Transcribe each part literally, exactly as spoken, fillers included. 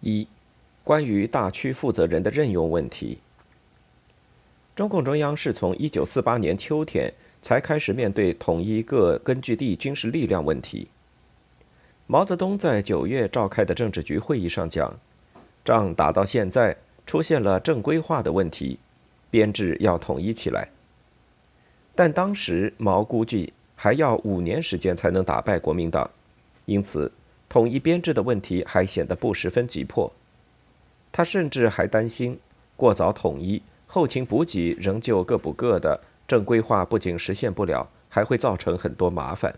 一、关于大区负责人的任用问题。中共中央是从一九四八年秋天才开始面对统一各根据地军事力量问题。毛泽东在九月召开的政治局会议上讲，仗打到现在出现了正规化的问题，编制要统一起来。但当时毛估计还要五年时间才能打败国民党，因此统一编制的问题还显得不十分急迫。他甚至还担心过早统一，后勤补给仍旧各补各的，正规化不仅实现不了，还会造成很多麻烦。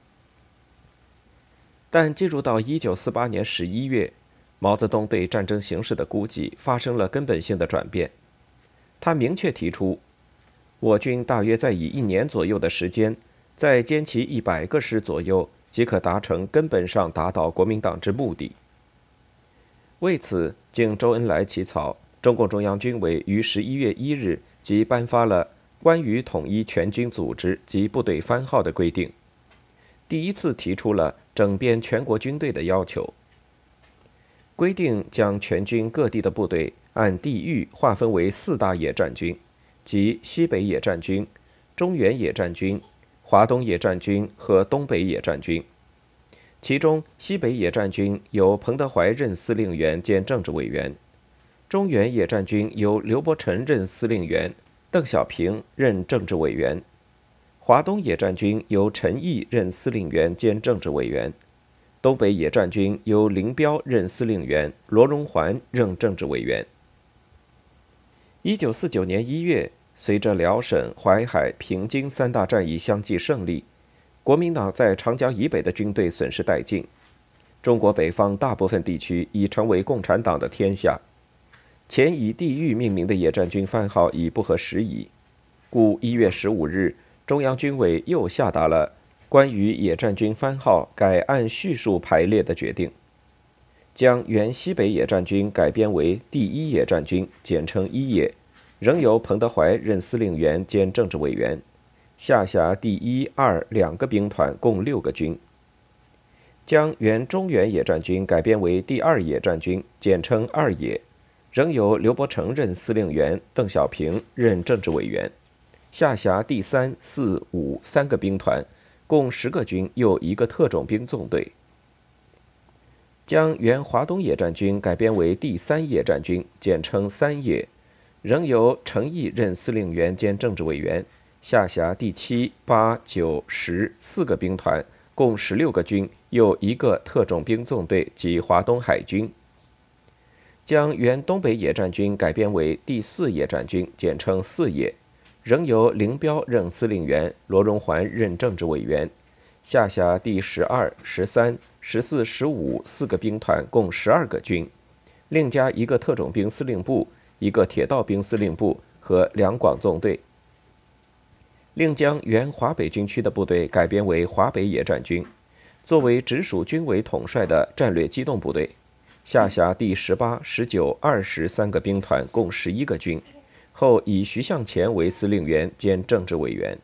但进入到一九四八年十一月，毛泽东对战争形势的估计发生了根本性的转变。他明确提出，我军大约在以一年左右的时间，再歼其一百个师左右，即可达成根本上打倒国民党之目的。为此，经周恩来起草，中共中央军委于十一月一日即颁发了关于统一全军组织及部队番号的规定，第一次提出了整编全国军队的要求。规定将全军各地的部队按地域划分为四大野战军，即西北野战军、中原野战军、华东野战军和东北野战军。其中，西北野战军由彭德怀任司令员兼政治委员，中原野战军由刘伯承任司令员，邓小平任政治委员，华东野战军由陈毅任司令员兼政治委员，东北野战军由林彪任司令员，罗荣桓任政治委员。一九四九年一月，随着辽沈、淮海、平津三大战役相继胜利，国民党在长江以北的军队损失殆尽，中国北方大部分地区已成为共产党的天下。前以地域命名的野战军番号已不合时宜，故一月十五日，中央军委又下达了关于野战军番号改按序数排列的决定，将原西北野战军改编为第一野战军，简称一野，仍由彭德怀任司令员兼政治委员，下辖第一、二两个兵团，共六个军。将原中原野战军改编为第二野战军，简称二野，仍由刘伯承任司令员，邓小平任政治委员，下辖第三、四、五三个兵团，共十个军，又一个特种兵纵队。将原华东野战军改编为第三野战军，简称三野，仍由陈毅任司令员兼政治委员，下辖第七、八、九、十四个兵团，共十六个军，又一个特种兵纵队及华东海军。将原东北野战军改编为第四野战军，简称四野，仍由林彪任司令员，罗荣桓任政治委员，下辖第十二、十三、十四、十五四个兵团，共十二个军，另加一个特种兵司令部、一个铁道兵司令部和两广纵队。另将原华北军区的部队改编为华北野战军，作为直属军委统帅的战略机动部队，下辖第十八、十九、二十三个兵团，共十一个军，后以徐向前为司令员兼政治委员。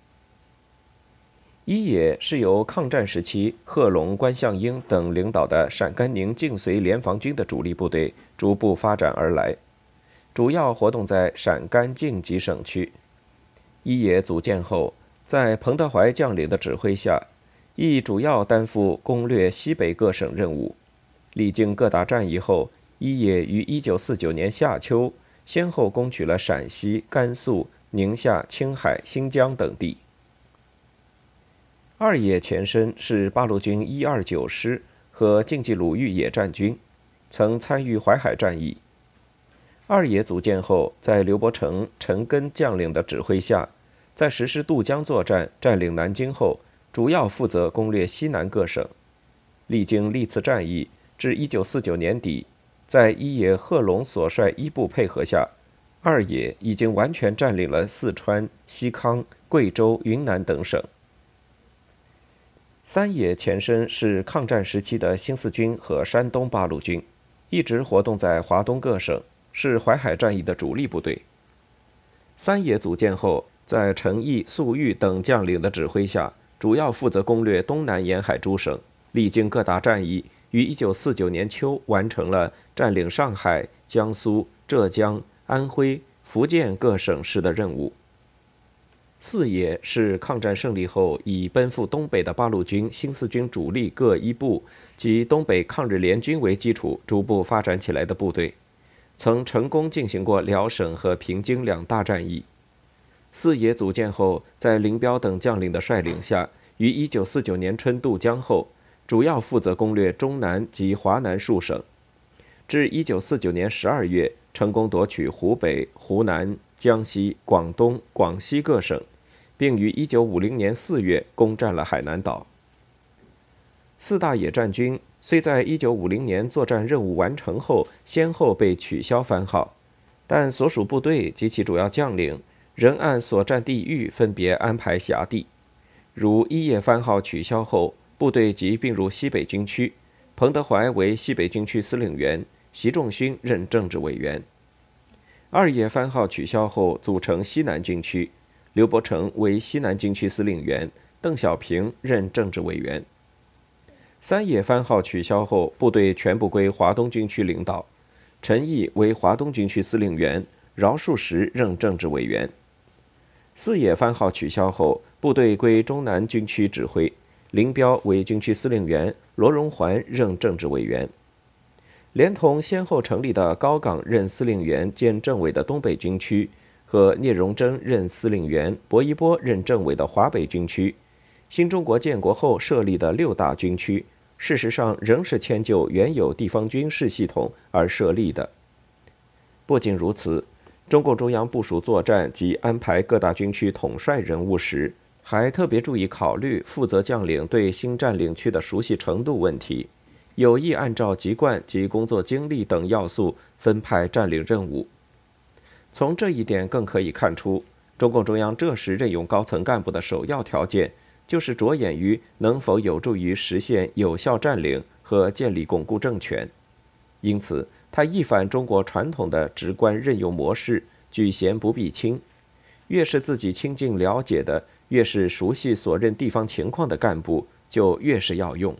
一野是由抗战时期贺龙、关向应等领导的陕甘宁晋绥联防军的主力部队逐步发展而来，主要活动在陕甘晋冀省区。一野组建后，在彭德怀将领的指挥下，亦主要担负攻略西北各省任务。历经各大战役后，一野于一九四九年夏秋先后攻取了陕西、甘肃、宁夏、青海、新疆等地。二野前身是八路军一二九师和晋冀鲁豫野战军，曾参与淮海战役。二野组建后，在刘伯承、陈赓将领的指挥下，在实施渡江作战、占领南京后，主要负责攻略西南各省。历经历次战役，至一九四九年底，在一野贺龙所率一部配合下，二野已经完全占领了四川、西康、贵州、云南等省。三野前身是抗战时期的新四军和山东八路军，一直活动在华东各省，是淮海战役的主力部队。三野组建后，在陈毅、粟裕等将领的指挥下，主要负责攻略东南沿海诸省，历经各大战役， 于一九四九年秋完成了占领上海、江苏、浙江、安徽、福建各省市的任务。四野是抗战胜利后以奔赴东北的八路军、新四军主力各一部及东北抗日联军为基础逐步发展起来的部队，曾成功进行过辽沈和平津两大战役。四野组建后，在林彪等将领的率领下，于一九四九年春渡江后，主要负责攻略中南及华南数省，至一九四九年十二月，成功夺取湖北、湖南、江西、广东、广西各省，并于一九五零年四月攻占了海南岛。四大野战军虽在一九五零年作战任务完成后，先后被取消番号，但所属部队及其主要将领仍按所占地域分别安排辖地。如一野番号取消后，部队即并入西北军区，彭德怀为西北军区司令员，习仲勋任政治委员。二野番号取消后，组成西南军区，刘伯承为西南军区司令员，邓小平任政治委员。三野番号取消后，部队全部归华东军区领导，陈毅为华东军区司令员，饶漱石任政治委员。四野番号取消后，部队归中南军区指挥，林彪为军区司令员，罗荣桓任政治委员。连同先后成立的高岗任司令员兼政委的东北军区和聂荣臻任司令员、薄一波任政委的华北军区，新中国建国后设立的六大军区，事实上仍是迁就原有地方军事系统而设立的。不仅如此，中共中央部署作战及安排各大军区统帅人物时，还特别注意考虑负责将领对新占领区的熟悉程度问题，有意按照籍贯及工作经历等要素分派占领任务。从这一点更可以看出，中共中央这时任用高层干部的首要条件，就是着眼于能否有助于实现有效占领和建立巩固政权。因此，他一反中国传统的直观任用模式，举贤不避亲，越是自己亲近了解的，越是熟悉所任地方情况的干部，就越是要用。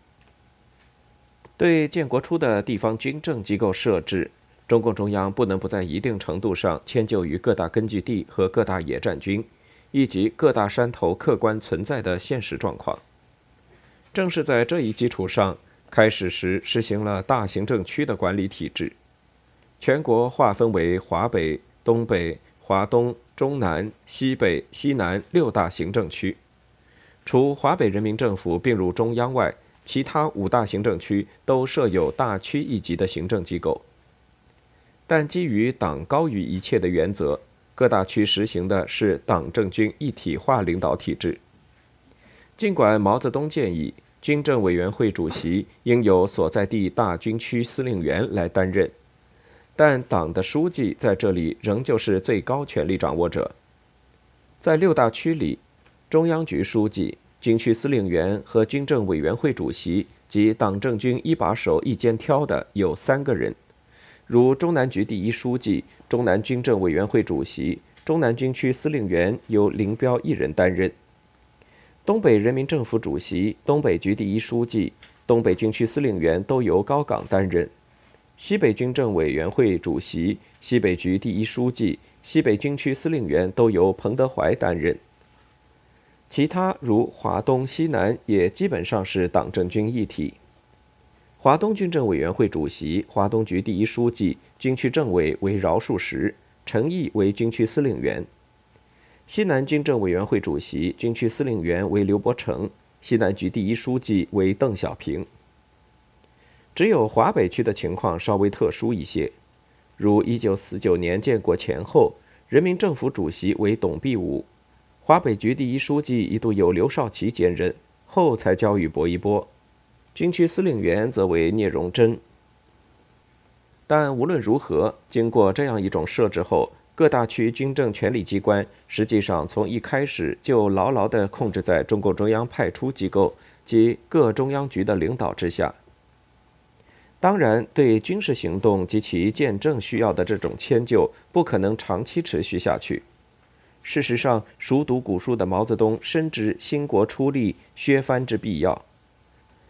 对建国初的地方军政机构设置，中共中央不能不在一定程度上迁就于各大根据地和各大野战军，以及各大山头客观存在的现实状况。正是在这一基础上，开始时实行了大行政区的管理体制，全国划分为华北、东北、华东、中南、西北、西南六大行政区。除华北人民政府并入中央外，其他五大行政区都设有大区一级的行政机构。但基于党高于一切的原则，各大区实行的是党政军一体化领导体制。尽管毛泽东建议军政委员会主席应由所在地大军区司令员来担任，但党的书记在这里仍旧是最高权力掌握者。在六大区里，中央局书记、军区司令员和军政委员会主席及党政军一把手一肩挑的有三个人，如中南局第一书记、中南军政委员会主席、中南军区司令员由林彪一人担任。东北人民政府主席、东北局第一书记、东北军区司令员都由高岗担任。西北军政委员会主席、西北局第一书记、西北军区司令员都由彭德怀担任。其他如华东、西南也基本上是党政军一体。华东军政委员会主席、华东局第一书记、军区政委为饶漱石，陈毅为军区司令员。西南军政委员会主席、军区司令员为刘伯承，西南局第一书记为邓小平。只有华北区的情况稍微特殊一些，如一九四九年建国前后，人民政府主席为董必武，华北局第一书记一度由刘少奇兼任，后才交予薄一波，军区司令员则为聂荣臻。但无论如何，经过这样一种设置后，各大区军政权力机关实际上从一开始就牢牢地控制在中共中央派出机构及各中央局的领导之下。当然，对军事行动及其建政需要的这种迁就不可能长期持续下去。事实上，熟读古书的毛泽东深知兴国出力削藩之必要。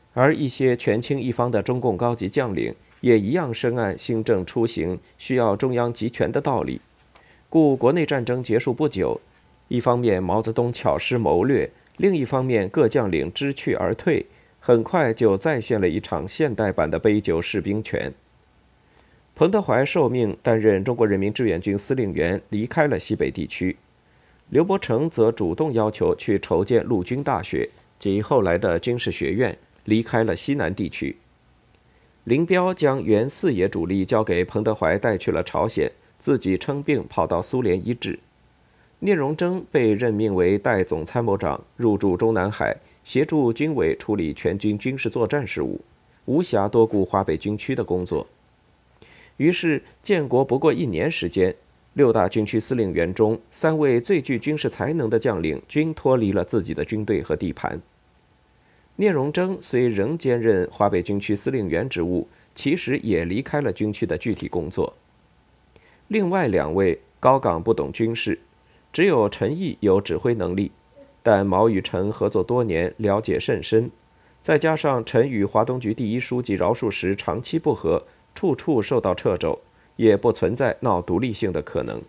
而一些权倾一方的中共高级将领也一样深谙新政出行需要中央集权的道理，故国内战争结束不久，一方面毛泽东巧施谋略，另一方面各将领知趣而退，很快就再现了一场现代版的杯酒释兵权。彭德怀受命担任中国人民志愿军司令员，离开了西北地区。刘伯承则主动要求去筹建陆军大学及后来的军事学院，离开了西南地区。林彪将原四野主力交给彭德怀带去了朝鲜，自己称病跑到苏联医治。聂荣臻被任命为代总参谋长，入驻中南海，协助军委处理全军军事作战事务，无暇多顾华北军区的工作。于是建国不过一年时间，六大军区司令员中三位最具军事才能的将领均脱离了自己的军队和地盘。聂荣臻虽仍兼任华北军区司令员职务，其实也离开了军区的具体工作。另外两位高岗不懂军事，只有陈毅有指挥能力，但毛与陈合作多年，了解甚深，再加上陈与华东局第一书记饶漱石长期不和，处处受到掣肘，也不存在闹独立性的可能。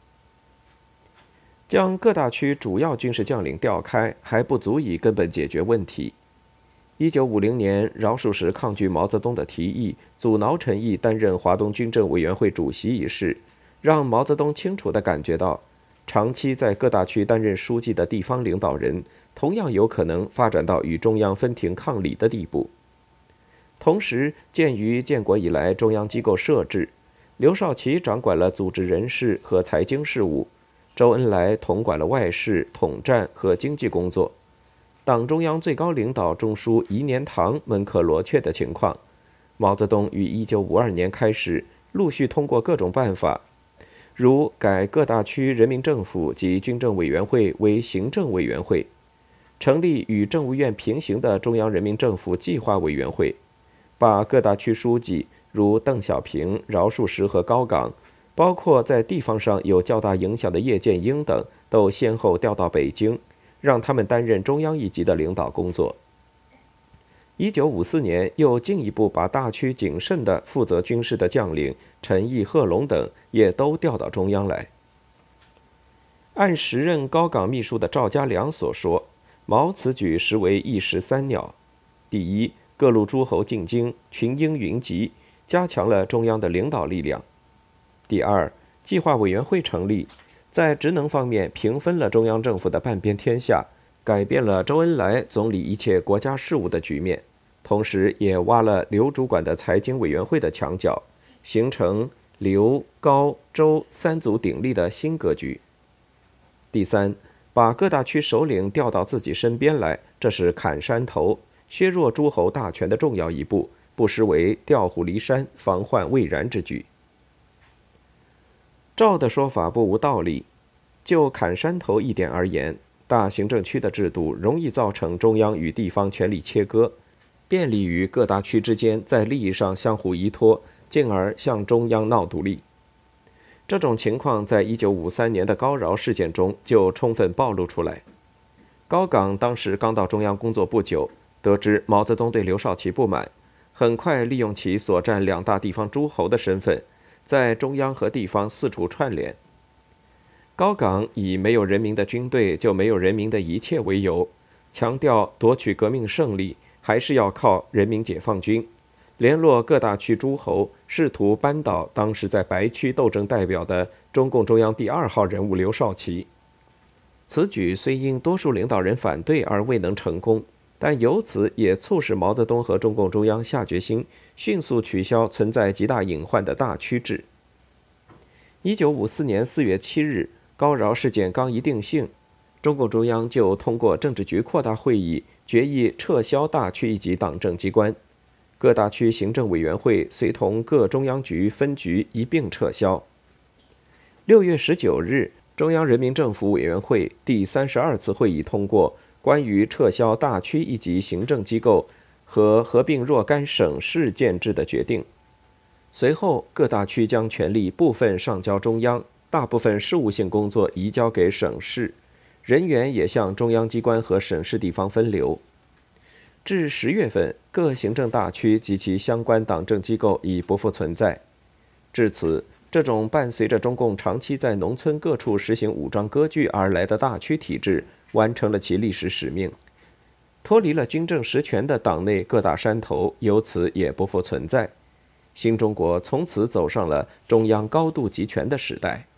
将各大区主要军事将领调开，还不足以根本解决问题。一九五零年，饶漱石抗拒毛泽东的提议，阻挠陈毅担任华东军政委员会主席一事，让毛泽东清楚地感觉到，长期在各大区担任书记的地方领导人，同样有可能发展到与中央分庭抗礼的地步。同时，鉴于建国以来中央机构设置，刘少奇掌管了组织人事和财经事务，周恩来统管了外事、统战和经济工作。党中央最高领导中枢颐年堂门可罗雀的情况，毛泽东于一九五二年开始陆续通过各种办法，如改各大区人民政府及军政委员会为行政委员会，成立与政务院平行的中央人民政府计划委员会，把各大区书记如邓小平、饶漱石和高岗，包括在地方上有较大影响的叶剑英等，都先后调到北京，让他们担任中央一级的领导工作。一九五四年，又进一步把大区谨慎的负责军事的将领陈毅、贺龙等也都调到中央来。按时任高岗秘书的赵家良所说，毛此举实为一石三鸟：第一，各路诸侯进京，群英云集，加强了中央的领导力量；第二，计划委员会成立，在职能方面平分了中央政府的半边天下，改变了周恩来总理一切国家事务的局面，同时也挖了刘主管的财经委员会的墙角，形成刘、高、周三足鼎立的新格局。第三，把各大区首领调到自己身边来，这是砍山头、削弱诸侯大权的重要一步，不失为调虎离山、防患未然之举。赵的说法不无道理。就砍山头一点而言，大行政区的制度容易造成中央与地方权力切割，便利于各大区之间在利益上相互依托，进而向中央闹独立。这种情况在一九五三年的高饶事件中就充分暴露出来。高岗当时刚到中央工作不久，得知毛泽东对刘少奇不满，很快利用其所占两大地方诸侯的身份，在中央和地方四处串联。高岗以没有人民的军队就没有人民的一切为由，强调夺取革命胜利还是要靠人民解放军，联络各大区诸侯，试图扳倒当时在白区斗争代表的中共中央第二号人物刘少奇。此举虽因多数领导人反对而未能成功，但由此也促使毛泽东和中共中央下决心迅速取消存在极大隐患的大区制。一九五四年四月七日，高饶事件刚一定性，中共中央就通过政治局扩大会议决议撤销大区一级党政机关，各大区行政委员会随同各中央局分局一并撤销。六月十九日，中央人民政府委员会第三十二次会议通过关于撤销大区一级行政机构和合并若干省市建制的决定。随后，各大区将权力部分上交中央，大部分事务性工作移交给省市，人员也向中央机关和省市地方分流。 至十月份，各行政大区及其相关党政机构已不复存在。至此，这种伴随着中共长期在农村各处实行武装割据而来的大区体制，完成了其历史使命。脱离了军政实权的党内各大山头，由此也不复存在。新中国从此走上了中央高度集权的时代。